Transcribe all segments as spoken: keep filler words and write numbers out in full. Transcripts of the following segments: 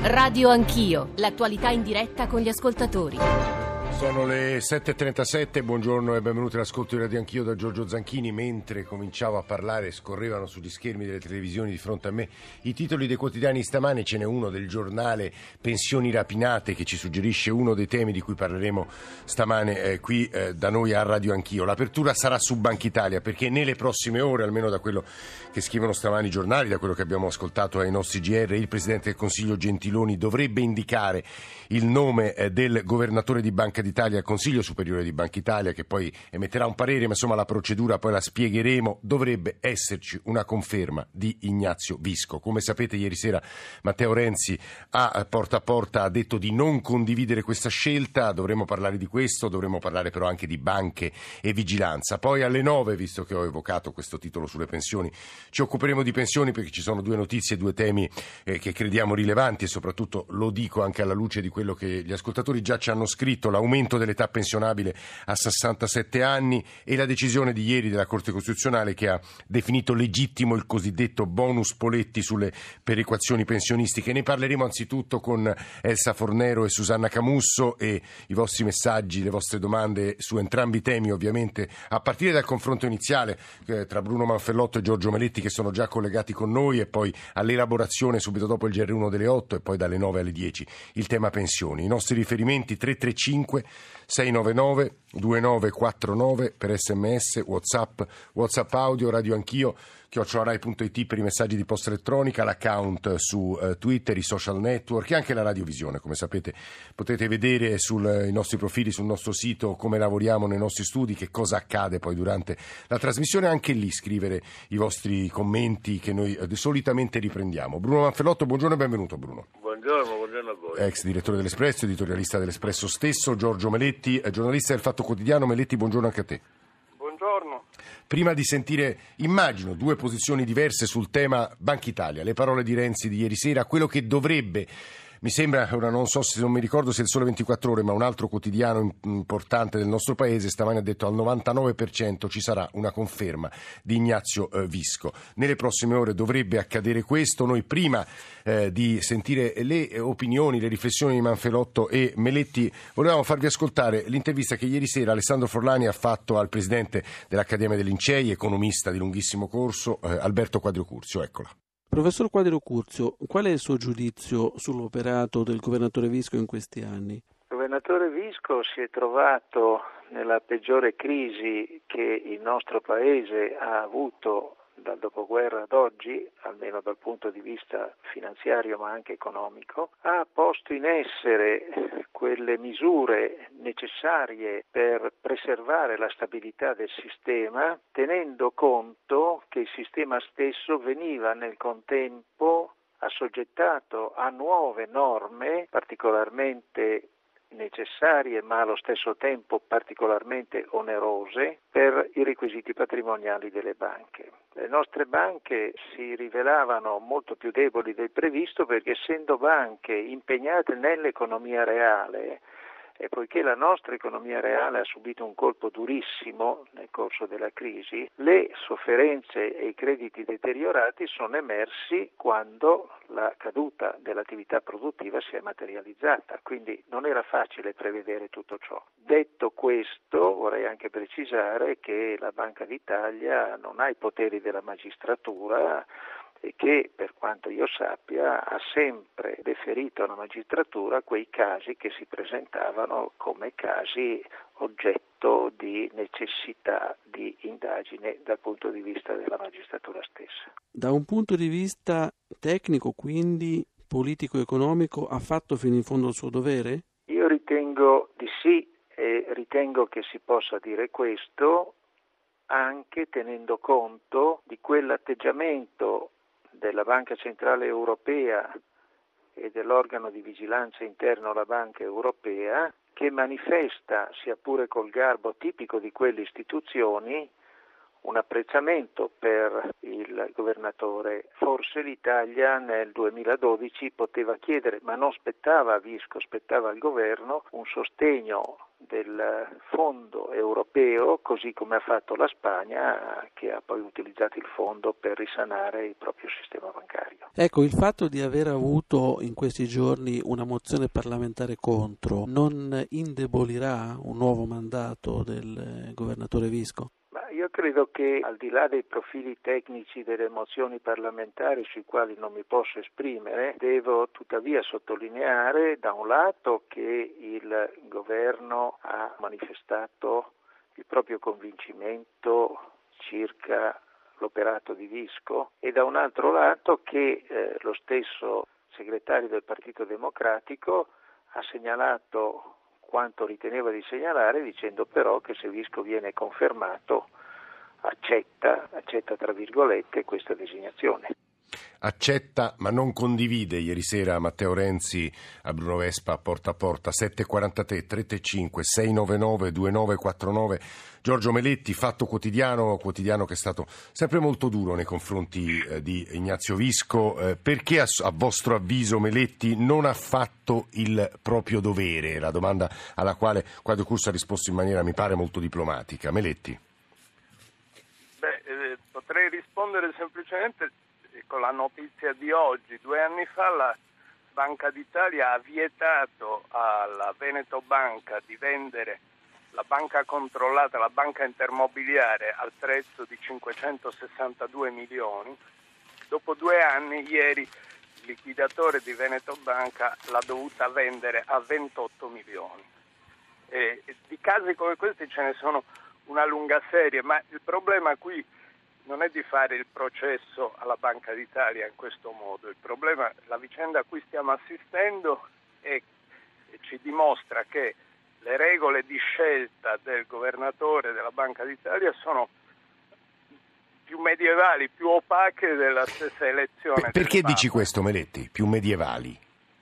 Radio Anch'io, l'attualità in diretta con gli ascoltatori. Sono le sette e trentasette, buongiorno e benvenuti all'ascolto di Radio Anch'io da Giorgio Zanchini. Mentre cominciavo a parlare scorrevano sugli schermi delle televisioni di fronte a me i titoli dei quotidiani stamani. Ce n'è uno del giornale Pensioni rapinate che ci suggerisce uno dei temi di cui parleremo stamane eh, qui eh, da noi a Radio Anch'io. L'apertura sarà su Banca Italia perché nelle prossime ore, almeno da quello che scrivono stamani i giornali, da quello che abbiamo ascoltato ai nostri G R, il Presidente del Consiglio Gentiloni dovrebbe indicare il nome eh, del governatore di Banca d'Italia al Consiglio Superiore di Banca Italia, che poi emetterà un parere, ma insomma la procedura poi la spiegheremo. Dovrebbe esserci una conferma di Ignazio Visco. Come sapete, ieri sera Matteo Renzi a Porta a Porta ha detto di non condividere questa scelta. Dovremo parlare di questo, dovremo parlare però anche di banche e vigilanza. Poi alle nove, visto che ho evocato questo titolo sulle pensioni, ci occuperemo di pensioni perché ci sono due notizie, due temi eh, che crediamo rilevanti e soprattutto lo dico anche alla luce di quello che gli ascoltatori già ci hanno scritto: l'aumento dell'età pensionabile a sessantasette anni e la decisione di ieri della Corte Costituzionale che ha definito legittimo il cosiddetto bonus Poletti sulle perequazioni pensionistiche. Ne parleremo anzitutto con Elsa Fornero e Susanna Camusso, e i vostri messaggi, le vostre domande su entrambi i temi, ovviamente a partire dal confronto iniziale eh, tra Bruno Manfellotto e Giorgio Meletti, che sono già collegati con noi, e poi all'elaborazione subito dopo il G R uno delle otto e poi dalle nove alle dieci il tema pensioni. I nostri riferimenti: tre tre cinque sei nove nove due nove quattro nove per sms, whatsapp, whatsapp audio, Radio Anch'io chiocciola rai punto it per i messaggi di posta elettronica, l'account su uh, Twitter, i social network e anche la radiovisione. Come sapete potete vedere sui nostri profili, sul nostro sito, come lavoriamo nei nostri studi, che cosa accade poi durante la trasmissione, anche lì scrivere i vostri commenti che noi uh, solitamente riprendiamo. Bruno Manfellotto, buongiorno e benvenuto. Bruno. Buongiorno, buongiorno a voi. Ex direttore dell'Espresso, editorialista dell'Espresso stesso. Giorgio Meletti, giornalista del Fatto Quotidiano. Meletti, buongiorno anche a te. Buongiorno. Prima di sentire, immagino, due posizioni diverse sul tema Banca Italia, le parole di Renzi di ieri sera, quello che dovrebbe, mi sembra, ora non so se non mi ricordo se è il Sole ventiquattro Ore, ma un altro quotidiano importante del nostro paese stamani ha detto al novantanove per cento ci sarà una conferma di Ignazio eh, Visco. Nelle prossime ore dovrebbe accadere questo. Noi prima eh, di sentire le opinioni, le riflessioni di Manfellotto e Meletti, volevamo farvi ascoltare l'intervista che ieri sera Alessandro Forlani ha fatto al presidente dell'Accademia dei Lincei, economista di lunghissimo corso, eh, Alberto Quadrio Curzio. Eccola. Professor Quadrio Curzio, qual è il suo giudizio sull'operato del governatore Visco in questi anni? Il governatore Visco si è trovato nella peggiore crisi che il nostro Paese ha avuto dal dopoguerra ad oggi, almeno dal punto di vista finanziario ma anche economico. Ha posto in essere quelle misure necessarie per preservare la stabilità del sistema, tenendo conto che il sistema stesso veniva nel contempo assoggettato a nuove norme particolarmente necessarie ma allo stesso tempo particolarmente onerose per i requisiti patrimoniali delle banche. Le nostre banche si rivelavano molto più deboli del previsto perché, essendo banche impegnate nell'economia reale, e poiché la nostra economia reale ha subito un colpo durissimo nel corso della crisi, le sofferenze e i crediti deteriorati sono emersi quando la caduta dell'attività produttiva si è materializzata, quindi non era facile prevedere tutto ciò. Detto questo, vorrei anche precisare che la Banca d'Italia non ha i poteri della magistratura e che, per quanto io sappia, ha sempre deferito alla magistratura quei casi che si presentavano come casi oggetto di necessità di indagine dal punto di vista della magistratura stessa. Da un punto di vista tecnico, quindi politico-economico, ha fatto fino in fondo il suo dovere? Io ritengo di sì, e ritengo che si possa dire questo anche tenendo conto di quell'atteggiamento della Banca Centrale Europea e dell'organo di vigilanza interno alla Banca Europea, che manifesta, sia pure col garbo tipico di quelle istituzioni, un apprezzamento per il governatore. Forse l'Italia nel duemiladodici poteva chiedere, ma non spettava a Visco, spettava al governo, un sostegno del fondo europeo, così come ha fatto la Spagna, che ha poi utilizzato il fondo per risanare il proprio sistema bancario. Ecco, il fatto di aver avuto in questi giorni una mozione parlamentare contro non indebolirà un nuovo mandato del governatore Visco? Ma io credo che, al di là dei profili tecnici delle mozioni parlamentari sui quali non mi posso esprimere, devo tuttavia sottolineare da un lato che il governo ha manifestato il proprio convincimento circa l'operato di Visco e da un altro lato che eh, lo stesso segretario del Partito Democratico ha segnalato quanto riteneva di segnalare, dicendo però che se Visco viene confermato accetta, accetta tra virgolette, questa designazione. Accetta ma non condivide. Ieri sera Matteo Renzi a Bruno Vespa a Porta a Porta. Sette e quarantatré, tre tre cinque, sei nove nove, due nove quattro nove. Giorgio Meletti, Fatto Quotidiano, quotidiano che è stato sempre molto duro nei confronti eh, di Ignazio Visco. Eh, perché a, a vostro avviso Meletti non ha fatto il proprio dovere? La domanda alla quale Quadrio Curso ha risposto in maniera, mi pare, molto diplomatica. Meletti. Beh, eh, potrei rispondere semplicemente con la notizia di oggi. Due anni fa la Banca d'Italia ha vietato alla Veneto Banca di vendere la banca controllata, la banca intermobiliare, al prezzo di cinquecentosessantadue milioni. Dopo due anni, ieri, il liquidatore di Veneto Banca l'ha dovuta vendere a ventotto milioni. E, e di casi come questi ce ne sono una lunga serie, ma il problema qui non è di fare il processo alla Banca d'Italia in questo modo. Il problema, la vicenda a cui stiamo assistendo è, ci dimostra che le regole di scelta del governatore della Banca d'Italia sono più medievali, più opache della stessa elezione. Perché del dici Papa. questo, Meletti? Più medievali?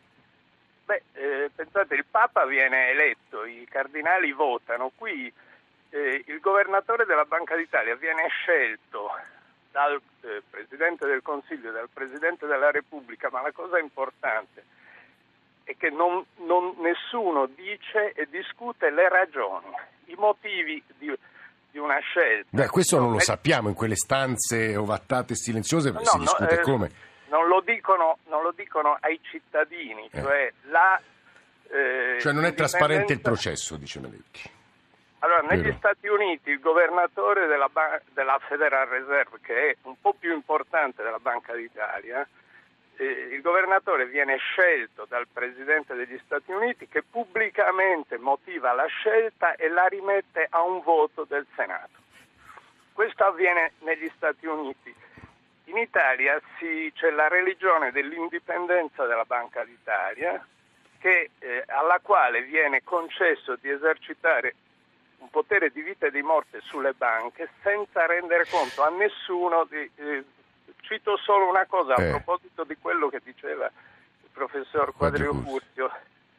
Beh, eh, pensate, il Papa viene eletto, i cardinali votano, qui Eh, il governatore della Banca d'Italia viene scelto dal eh, Presidente del Consiglio e dal Presidente della Repubblica, ma la cosa importante è che non, non, nessuno dice e discute le ragioni, i motivi di, di una scelta. Beh, questo non lo Eh, sappiamo, in quelle stanze ovattate e silenziose no, si no, discute eh, come? Non lo dicono, non lo dicono ai cittadini, Eh. cioè la... Eh, Cioè non è trasparente il indipendenza- processo, dice Meletti. Allora, negli Vero. Stati Uniti il governatore della, ban- della Federal Reserve, che è un po' più importante della Banca d'Italia, eh, il governatore viene scelto dal Presidente degli Stati Uniti, che pubblicamente motiva la scelta e la rimette a un voto del Senato. Questo avviene negli Stati Uniti. In Italia si, c'è la religione dell'indipendenza della Banca d'Italia, che, eh, alla quale viene concesso di esercitare un potere di vita e di morte sulle banche senza rendere conto a nessuno di, eh, cito solo una cosa a Eh. proposito di quello che diceva il professor Quadrio Quadrio Curzio.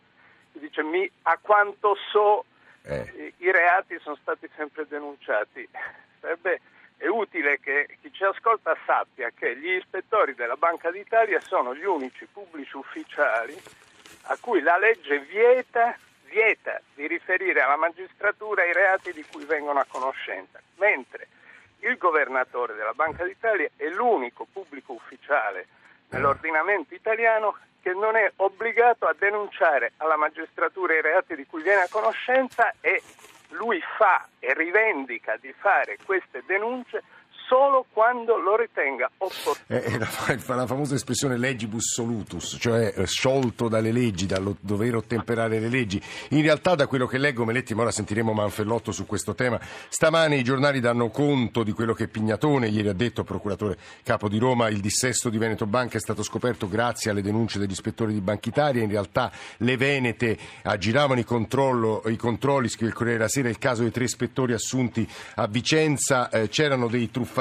Dice, mi, a quanto so Eh. eh, i reati sono stati sempre denunciati. Sarebbe, è utile che chi ci ascolta sappia che gli ispettori della Banca d'Italia sono gli unici pubblici ufficiali a cui la legge vieta vieta di riferire alla magistratura i reati di cui vengono a conoscenza, mentre il governatore della Banca d'Italia è l'unico pubblico ufficiale nell'ordinamento italiano che non è obbligato a denunciare alla magistratura i reati di cui viene a conoscenza, e lui fa e rivendica di fare queste denunce solo quando lo ritenga opportuno. È la, la famosa espressione legibus solutus, cioè eh, sciolto dalle leggi, dal dover ottemperare le leggi. In realtà, da quello che leggo, Meletti, ma ora sentiremo Manfellotto su questo tema, stamane i giornali danno conto di quello che Pignatone ieri ha detto, procuratore capo di Roma: il dissesto di Veneto Banca è stato scoperto grazie alle denunce degli ispettori di Banca Italia. In realtà le Venete aggiravano i, controllo, i controlli, scrive il Corriere della Sera, il caso dei tre ispettori assunti a Vicenza, eh, c'erano dei truffatori,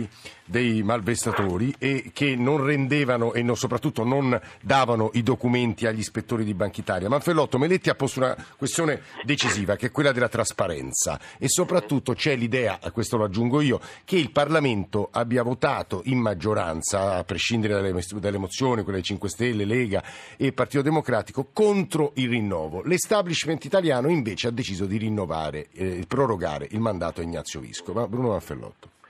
dei malversatori, e che non rendevano e non, soprattutto non davano i documenti agli ispettori di Banca Italia. Manfellotto, Meletti ha posto una questione decisiva, che è quella della trasparenza, e soprattutto c'è l'idea, a questo lo aggiungo io, che il Parlamento abbia votato in maggioranza, a prescindere dalle, dalle mozioni, quelle dei cinque Stelle, Lega e Partito Democratico, contro il rinnovo. L'establishment italiano invece ha deciso di rinnovare, eh, prorogare il mandato a Ignazio Visco. Ma Bruno Manfellotto.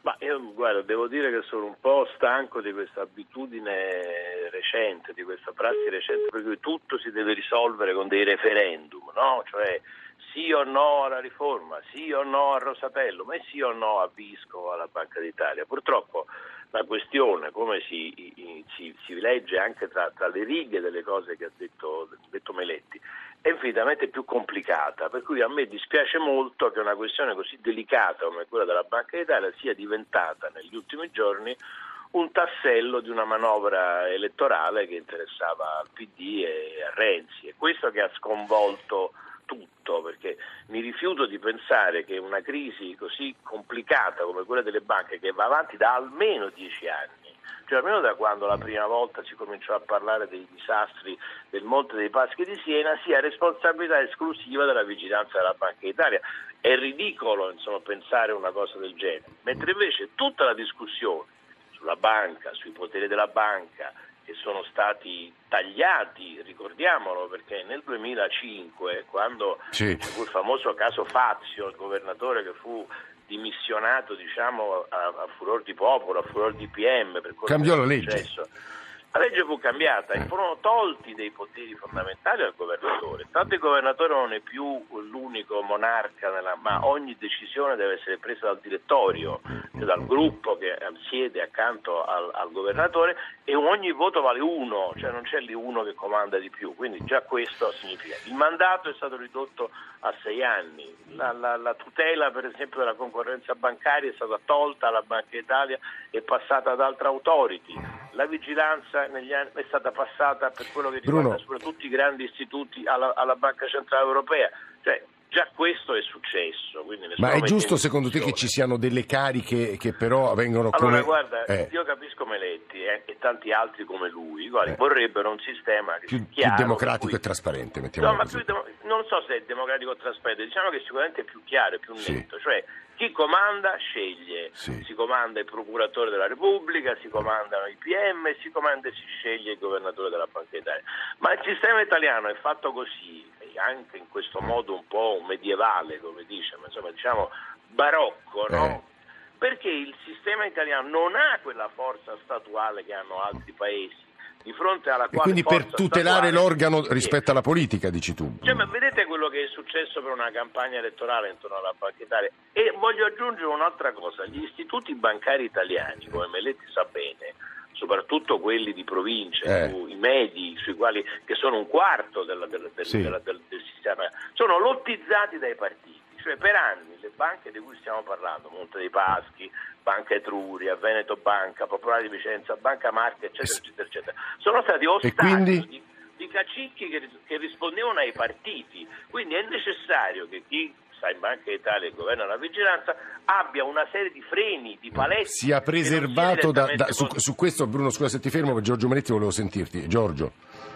Ma io guarda, devo dire che sono un po' stanco di questa abitudine recente, di questa prassi recente, per cui tutto si deve risolvere con dei referendum, no? Cioè sì o no alla riforma, sì o no a Rosatellum e sì o no a Visco, alla Banca d'Italia. Purtroppo la questione, come si, si, si legge anche tra, tra le righe delle cose che ha detto, detto Meletti, è infinitamente più complicata, per cui a me dispiace molto che una questione così delicata come quella della Banca d'Italia sia diventata negli ultimi giorni un tassello di una manovra elettorale che interessava al P D e a Renzi. È questo che ha sconvolto tutto, perché mi rifiuto di pensare che una crisi così complicata come quella delle banche, che va avanti da almeno dieci anni, cioè almeno da quando la prima volta si cominciò a parlare dei disastri del Monte dei Paschi di Siena, sia responsabilità esclusiva della vigilanza della Banca d'Italia. È ridicolo, insomma, pensare una cosa del genere, mentre invece tutta la discussione sulla banca, sui poteri della banca, che sono stati tagliati, ricordiamolo, perché nel duemilacinque, quando sì. ci fu il famoso caso Fazio, il governatore che fu dimissionato, diciamo, a, a furor di popolo, a furor di P M, per quello cambiò che la è legge. successo. La legge fu cambiata e furono tolti dei poteri fondamentali al governatore. Tanto il governatore non è più l'unico monarca, nella, ma ogni decisione deve essere presa dal direttorio, cioè dal gruppo che siede accanto al, al governatore, e ogni voto vale uno, cioè non c'è lì uno che comanda di più, quindi già questo significa. Il mandato è stato ridotto a sei anni, la, la, la tutela per esempio della concorrenza bancaria è stata tolta alla Banca d'Italia e passata ad altre authority. La vigilanza negli anni è stata passata, per quello che riguarda Bruno. soprattutto i grandi istituti, alla, alla Banca Centrale Europea. Cioè, già questo è successo. Quindi Ma è giusto secondo te che ci siano delle cariche che però vengono come... Allora guarda, eh. io capisco Meletti eh, e tanti altri come lui, guarda, Eh. vorrebbero un sistema che più, sia chiaro, più democratico cui... e trasparente, mettiamo No, ma così. più, non so se è democratico o trasparente, diciamo che sicuramente è più chiaro e più Sì. netto, cioè chi comanda sceglie, Sì. si comanda il procuratore della Repubblica, si comandano i P M, si comanda e si sceglie il governatore della Banca d'Italia. Ma il sistema italiano è fatto così, anche in questo modo un po' medievale, come dice, ma insomma diciamo barocco, no? Eh. Perché il sistema italiano non ha quella forza statuale che hanno altri paesi, di fronte alla E quale quindi per forza tutelare statuale l'organo si rispetto alla politica, dici tu. Cioè, ma vedete quello che è successo per una campagna elettorale intorno alla Banca d'Italia? E voglio aggiungere un'altra cosa, gli istituti bancari italiani, come Meletti sa bene, soprattutto quelli di provincia, Eh. su, i medi, sui quali, che sono un quarto della, della, del, Sì. della, del, del sistema, sono lottizzati dai partiti. Cioè per anni le banche di cui stiamo parlando, Monte dei Paschi, Banca Etruria, Veneto Banca, Popolare di Vicenza, Banca Marche, eccetera, eccetera, eccetera, sono stati ostaggi quindi? di, di cacicchi che, che rispondevano ai partiti. Quindi è necessario che chi sta in Banca d'Italia e governa la vigilanza abbia una serie di freni, di paletti. Sia preservato da, da, su, con... su questo, Bruno, scusa se ti fermo, per Giorgio Meletti volevo sentirti. Giorgio.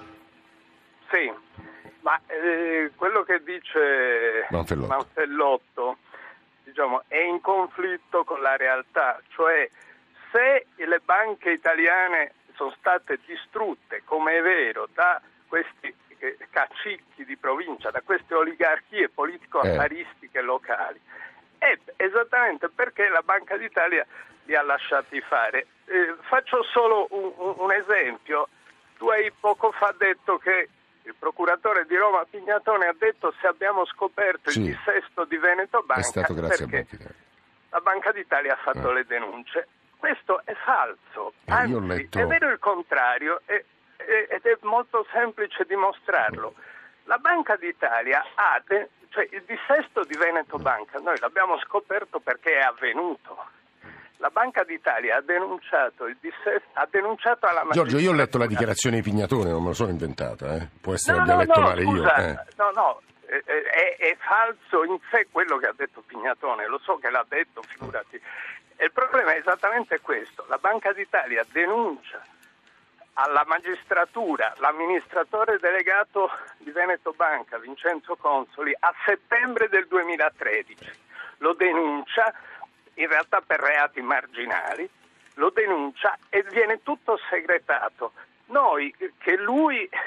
Sì, ma eh, quello che dice Manfellotto. Manfellotto, diciamo, è in conflitto con la realtà, cioè se le banche italiane sono state distrutte, come è vero, da questi eh, cacicchi di provincia, da queste oligarchie politico-affaristiche locali, è esattamente perché la Banca d'Italia li ha lasciati fare. Eh, faccio solo un, un, un esempio. Tu hai poco fa detto che il procuratore di Roma Pignatone ha detto se abbiamo scoperto Sì. il dissesto di Veneto Banca È stato grazie a perché Banca d'Italia. la Banca d'Italia ha fatto Eh. le denunce. Questo è falso, Eh, anzi io ho letto- è vero il contrario e- e- ed è molto semplice dimostrarlo. La Banca d'Italia ha, de- cioè il dissesto di Veneto Banca, noi l'abbiamo scoperto perché è avvenuto. La Banca d'Italia ha denunciato il dissesto, ha denunciato alla magistratura. Giorgio, io ho letto la dichiarazione di Pignatone, non me lo sono inventata, eh. Può essere No, abbia no, letto no, male scusa, io. Eh. no, no, eh, eh, è, è falso in sé quello che ha detto Pignatone, lo so che l'ha detto, figurati. E il problema è esattamente questo, la Banca d'Italia denuncia alla magistratura l'amministratore delegato di Veneto Banca, Vincenzo Consoli, a settembre del duemilatredici, lo denuncia in realtà per reati marginali, lo denuncia e viene tutto segretato. Noi, che lui, che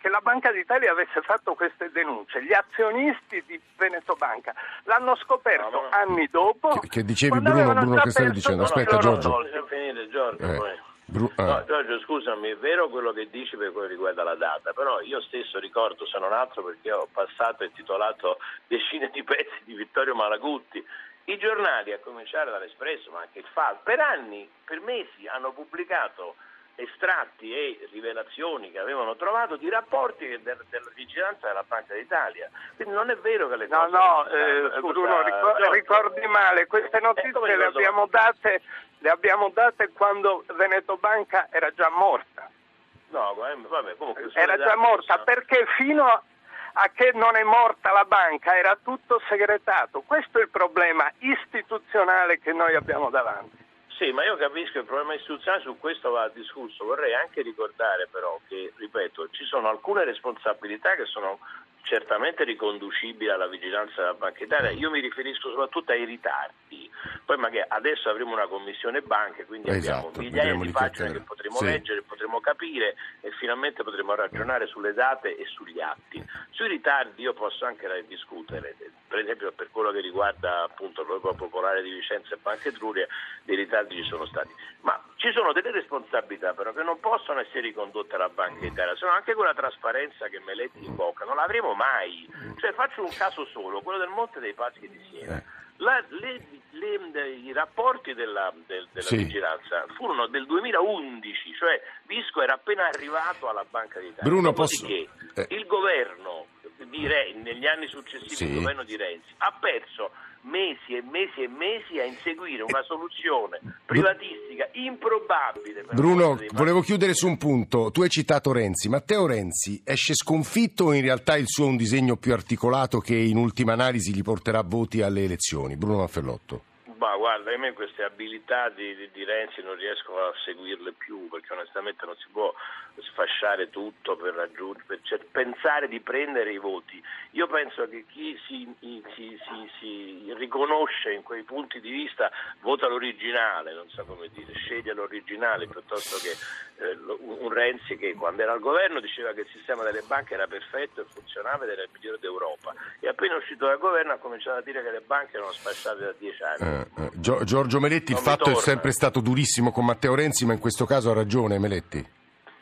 la Banca d'Italia avesse fatto queste denunce. Gli azionisti di Veneto Banca l'hanno scoperto no, no. anni dopo. Che, che dicevi Bruno, Bruno che stavi dicendo? Aspetta no, Giorgio. No, no, finire, Giorgio eh. poi. Bru- ah. No, Giorgio, scusami, è vero quello che dici per quello che riguarda la data, però io stesso ricordo, se non altro perché ho passato e titolato decine di pezzi di Vittorio Malagutti, i giornali, a cominciare dall'Espresso, ma anche il Fatto, per anni, per mesi hanno pubblicato estratti e rivelazioni che avevano trovato di rapporti del, della vigilanza della Banca d'Italia. Quindi non è vero che le no, cose... No, no, eh, Bruno, ricor- ricordi male, queste notizie le abbiamo date... Le abbiamo date quando Veneto Banca era già morta. No, vabbè, comunque era già morta no? Perché fino a che non è morta la banca era tutto segretato. Questo è il problema istituzionale che noi abbiamo davanti. Sì, ma io capisco il problema istituzionale, su questo va discusso. Vorrei anche ricordare però che, ripeto, ci sono alcune responsabilità che sono certamente riconducibili alla vigilanza della Banca d'Italia. Io mi riferisco soprattutto ai ritardi. Poi magari adesso avremo una commissione banche, quindi esatto, abbiamo migliaia di pagine che che potremo sì. leggere, potremo capire e finalmente potremo ragionare sulle date e sugli atti. Sui ritardi io posso anche discutere, per esempio per quello che riguarda appunto il Gruppo Popolare di Vicenza e Banca Etruria, dei ritardi ci sono stati. Ma ci sono delle responsabilità però che non possono essere ricondotte alla Banca d'Italia, se no anche quella trasparenza che Meletti invoca non l'avremo mai. Cioè faccio un caso solo, quello del Monte dei Paschi di Siena. La, le, le, I rapporti della, del, della sì. vigilanza furono del duemilaundici, cioè Visco era appena arrivato alla Banca d'Italia. Bruno, posso... eh. il governo di Re, negli anni successivi sì. il governo di Renzi ha perso mesi e mesi e mesi a inseguire una soluzione privatistica improbabile. Per Bruno, volevo chiudere su un punto. Tu hai citato Renzi. Matteo Renzi esce sconfitto o in realtà il suo è un disegno più articolato che in ultima analisi gli porterà voti alle elezioni? Bruno Manfellotto. Ma guarda, a me queste abilità di, di, di Renzi non riesco a seguirle più, perché onestamente non si può sfasciare tutto per raggiungere, per cioè, pensare di prendere i voti. Io penso che chi si, si, si, si riconosce in quei punti di vista vota l'originale, non so come dire, sceglie l'originale piuttosto che eh, un Renzi che quando era al governo diceva che il sistema delle banche era perfetto e funzionava ed era il migliore d'Europa, e appena uscito dal governo ha cominciato a dire che le banche erano sfasciate da dieci anni. Eh, eh, Giorgio Meletti, non il fatto è sempre stato durissimo con Matteo Renzi, ma in questo caso ha ragione Meletti.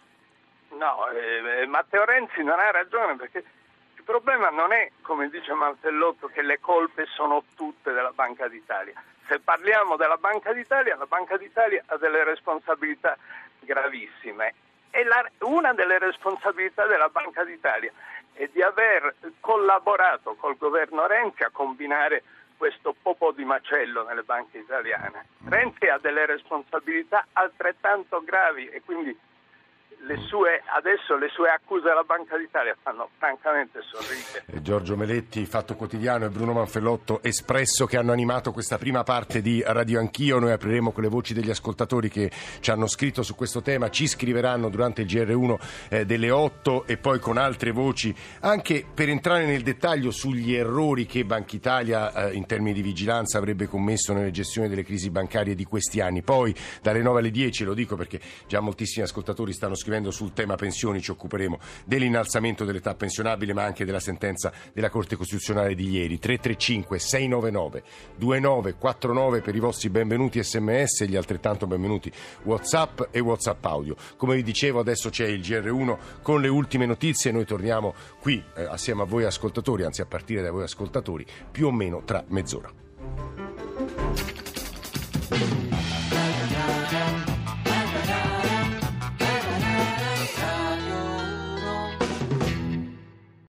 No, eh, Matteo Renzi non ha ragione, perché il problema non è, come dice Manfellotto, che le colpe sono tutte della Banca d'Italia. Se parliamo della Banca d'Italia, la Banca d'Italia ha delle responsabilità gravissime e la, una delle responsabilità della Banca d'Italia è di aver collaborato col governo Renzi a combinare questo popò di macello nelle banche italiane. Renzi ha delle responsabilità altrettanto gravi e quindi le sue, adesso le sue accuse alla Banca d'Italia fanno francamente sorridere. E Giorgio Meletti, Fatto Quotidiano, e Bruno Manfellotto, Espresso, che hanno animato questa prima parte di Radio Anch'io. Noi apriremo con le voci degli ascoltatori che ci hanno scritto su questo tema, ci scriveranno durante il G R uno eh, delle otto, e poi con altre voci anche per entrare nel dettaglio sugli errori che Banca Italia eh, in termini di vigilanza avrebbe commesso nelle gestioni delle crisi bancarie di questi anni. Poi dalle nove alle dieci, lo dico perché già moltissimi ascoltatori stanno scrivendo sul tema pensioni, ci occuperemo dell'innalzamento dell'età pensionabile, ma anche della sentenza della Corte Costituzionale di ieri. Tre tre cinque sei nove nove due nove quattro nove per i vostri benvenuti sms e gli altrettanto benvenuti WhatsApp e WhatsApp audio. Come vi dicevo, adesso c'è il G R uno con le ultime notizie. Noi torniamo qui eh, assieme a voi ascoltatori, anzi a partire da voi ascoltatori, più o meno tra mezz'ora.